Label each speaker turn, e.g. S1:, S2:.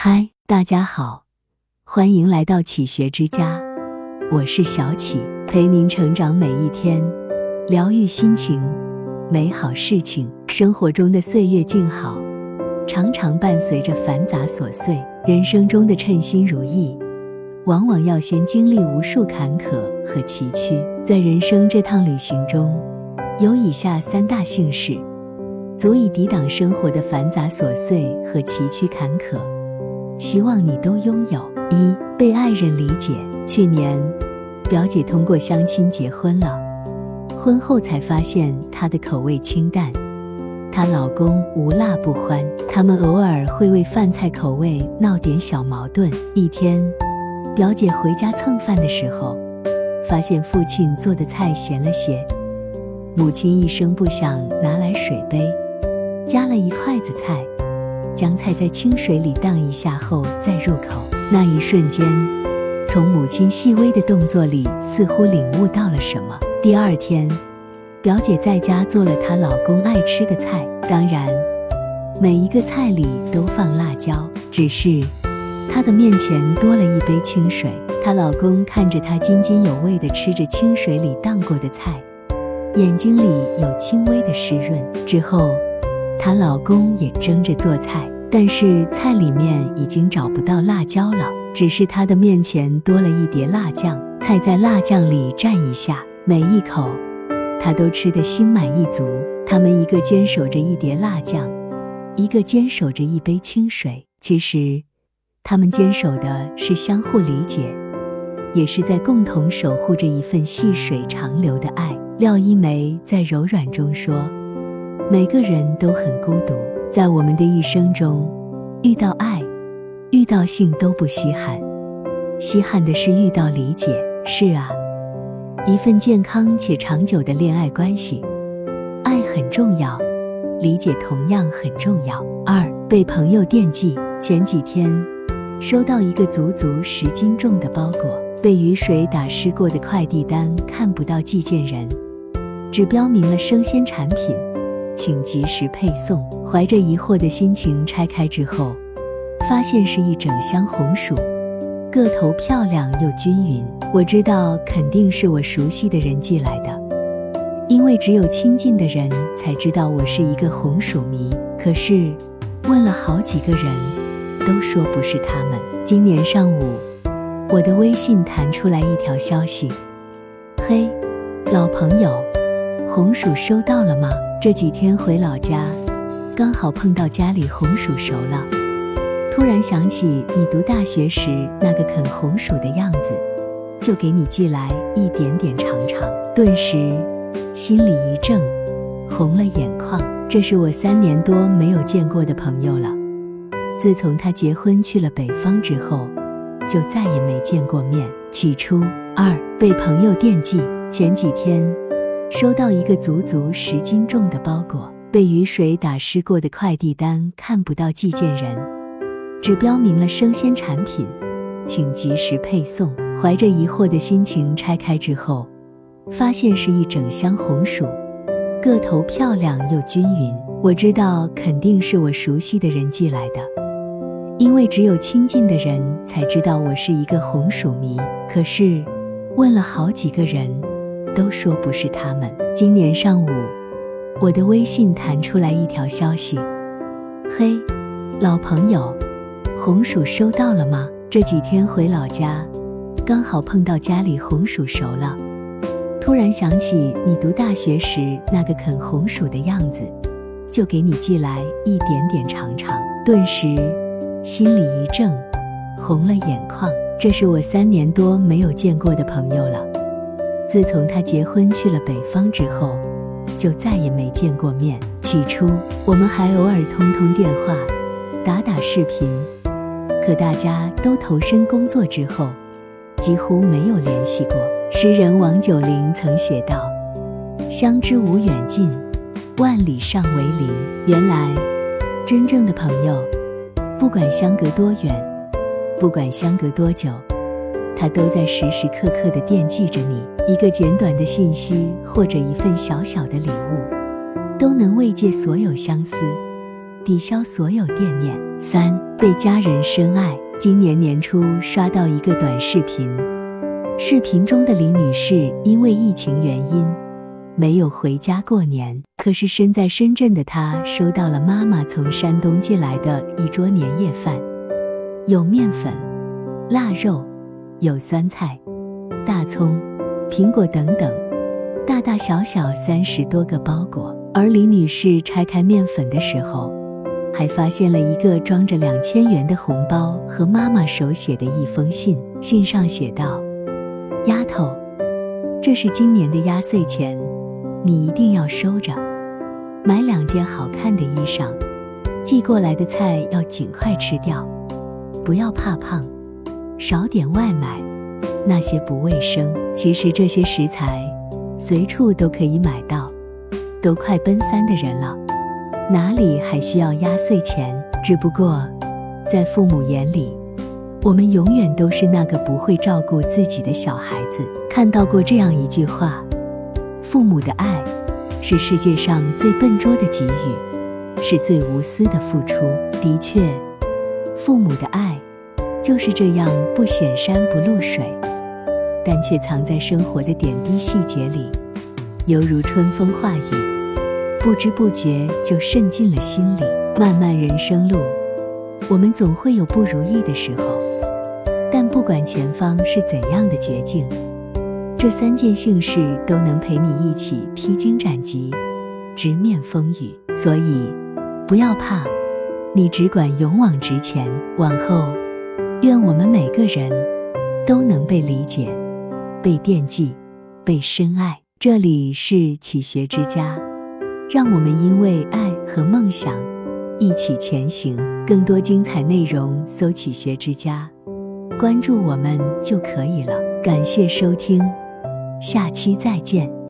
S1: 嗨，大家好，欢迎来到启学之家，我是小启，陪您成长每一天，疗愈心情，美好事情。生活中的岁月静好，常常伴随着繁杂琐碎。人生中的称心如意，往往要先经历无数坎坷和崎岖。在人生这趟旅行中，有以下3大幸事，足以抵挡生活的繁杂琐碎和崎岖坎坷，希望你都拥有。1. 被爱人理解。去年，表姐通过相亲结婚了，婚后才发现她的口味清淡，她老公无辣不欢，他们偶尔会为饭菜口味闹点小矛盾。一天，表姐回家蹭饭的时候，发现父亲做的菜咸了些，母亲一声不响拿来水杯，加了1筷子菜，将菜在清水里荡一下后再入口。那一瞬间，从母亲细微的动作里似乎领悟到了什么。第二天，表姐在家做了她老公爱吃的菜，当然每一个菜里都放辣椒，只是她的面前多了一杯清水。她老公看着她津津有味地吃着清水里荡过的菜，眼睛里有轻微的湿润。之后她老公也争着做菜，但是菜里面已经找不到辣椒了，只是她的面前多了一碟辣酱，菜在辣酱里蘸一下，每一口她都吃得心满意足。他们一个坚守着一碟辣酱，一个坚守着一杯清水。其实他们坚守的是相互理解，也是在共同守护着一份细水长流的爱。廖一梅在《柔软》中说，每个人都很孤独，在我们的一生中，遇到爱，遇到性都不稀罕，稀罕的是遇到理解。是啊，一份健康且长久的恋爱关系，爱很重要，理解同样很重要。2. 被朋友惦记。前几天收到一个足足10斤重的包裹，被雨水打湿过的快递单看不到寄件人，只标明了生鲜产品，请及时配送。怀着疑惑的心情拆开之后，发现是一整箱红薯，个头漂亮又均匀。我知道肯定是我熟悉的人寄来的，因为只有亲近的人才知道我是一个红薯迷。可是问了好几个人，都说不是他们。今年上午，我的微信弹出来一条消息，嘿，老朋友，红薯收到了吗？这几天回老家，刚好碰到家里红薯熟了，突然想起你读大学时那个啃红薯的样子，就给你寄来一点点尝尝。顿时心里一怔，红了眼眶。这是我3年多没有见过的朋友了，自从他结婚去了北方之后，就再也没见过面。起初。2. 被朋友惦记。前几天收到一个足足10斤重的包裹，被雨水打湿过的快递单看不到寄件人，只标明了生鲜产品，请及时配送。怀着疑惑的心情拆开之后，发现是一整箱红薯，个头漂亮又均匀。我知道肯定是我熟悉的人寄来的，因为只有亲近的人才知道我是一个红薯迷。可是问了好几个人，都说不是他们。今年上午，我的微信弹出来一条消息，嘿，老朋友，红薯收到了吗？这几天回老家，刚好碰到家里红薯熟了，突然想起你读大学时那个啃红薯的样子，就给你寄来一点点尝尝。顿时心里一怔，红了眼眶。这是我3年多没有见过的朋友了，自从他结婚去了北方之后，就再也没见过面。起初我们还偶尔通电话，打视频，可大家都投身工作之后，几乎没有联系过。诗人王九龄曾写道，相知无远近，万里尚为邻。原来真正的朋友，不管相隔多远，不管相隔多久，他都在时时刻刻地惦记着你。一个简短的信息或者一份小小的礼物，都能慰藉所有相思， 抵消所有惦念。3. 被家人深爱。今年年初刷到一个短视频，视频中的李女士因为疫情原因没有回家过年，可是身在深圳的她收到了妈妈从山东寄来的一桌年夜饭，有面粉、腊肉，有酸菜、大葱、苹果等等，大大小小30多个包裹。而李女士拆开面粉的时候，还发现了一个装着2000元的红包和妈妈手写的一封信。信上写道：丫头，这是今年的压岁钱，你一定要收着，买2件好看的衣裳，寄过来的菜要尽快吃掉，不要怕胖，少点外买，那些不卫生。其实这些食材随处都可以买到，都快奔3的人了，哪里还需要压岁钱？只不过在父母眼里，我们永远都是那个不会照顾自己的小孩子。看到过这样一句话：父母的爱是世界上最笨拙的给予，是最无私的付出。的确，父母的爱就是这样不显山不露水，但却藏在生活的点滴细节里，犹如春风化雨，不知不觉就渗进了心里。漫漫人生路，我们总会有不如意的时候，但不管前方是怎样的绝境，这3件幸事都能陪你一起披荆斩棘，直面风雨。所以不要怕，你只管勇往直前。往后愿我们每个人都能被理解，被惦记，被深爱。这里是启学之家，让我们因为爱和梦想一起前行。更多精彩内容搜启学之家，关注我们就可以了。感谢收听，下期再见。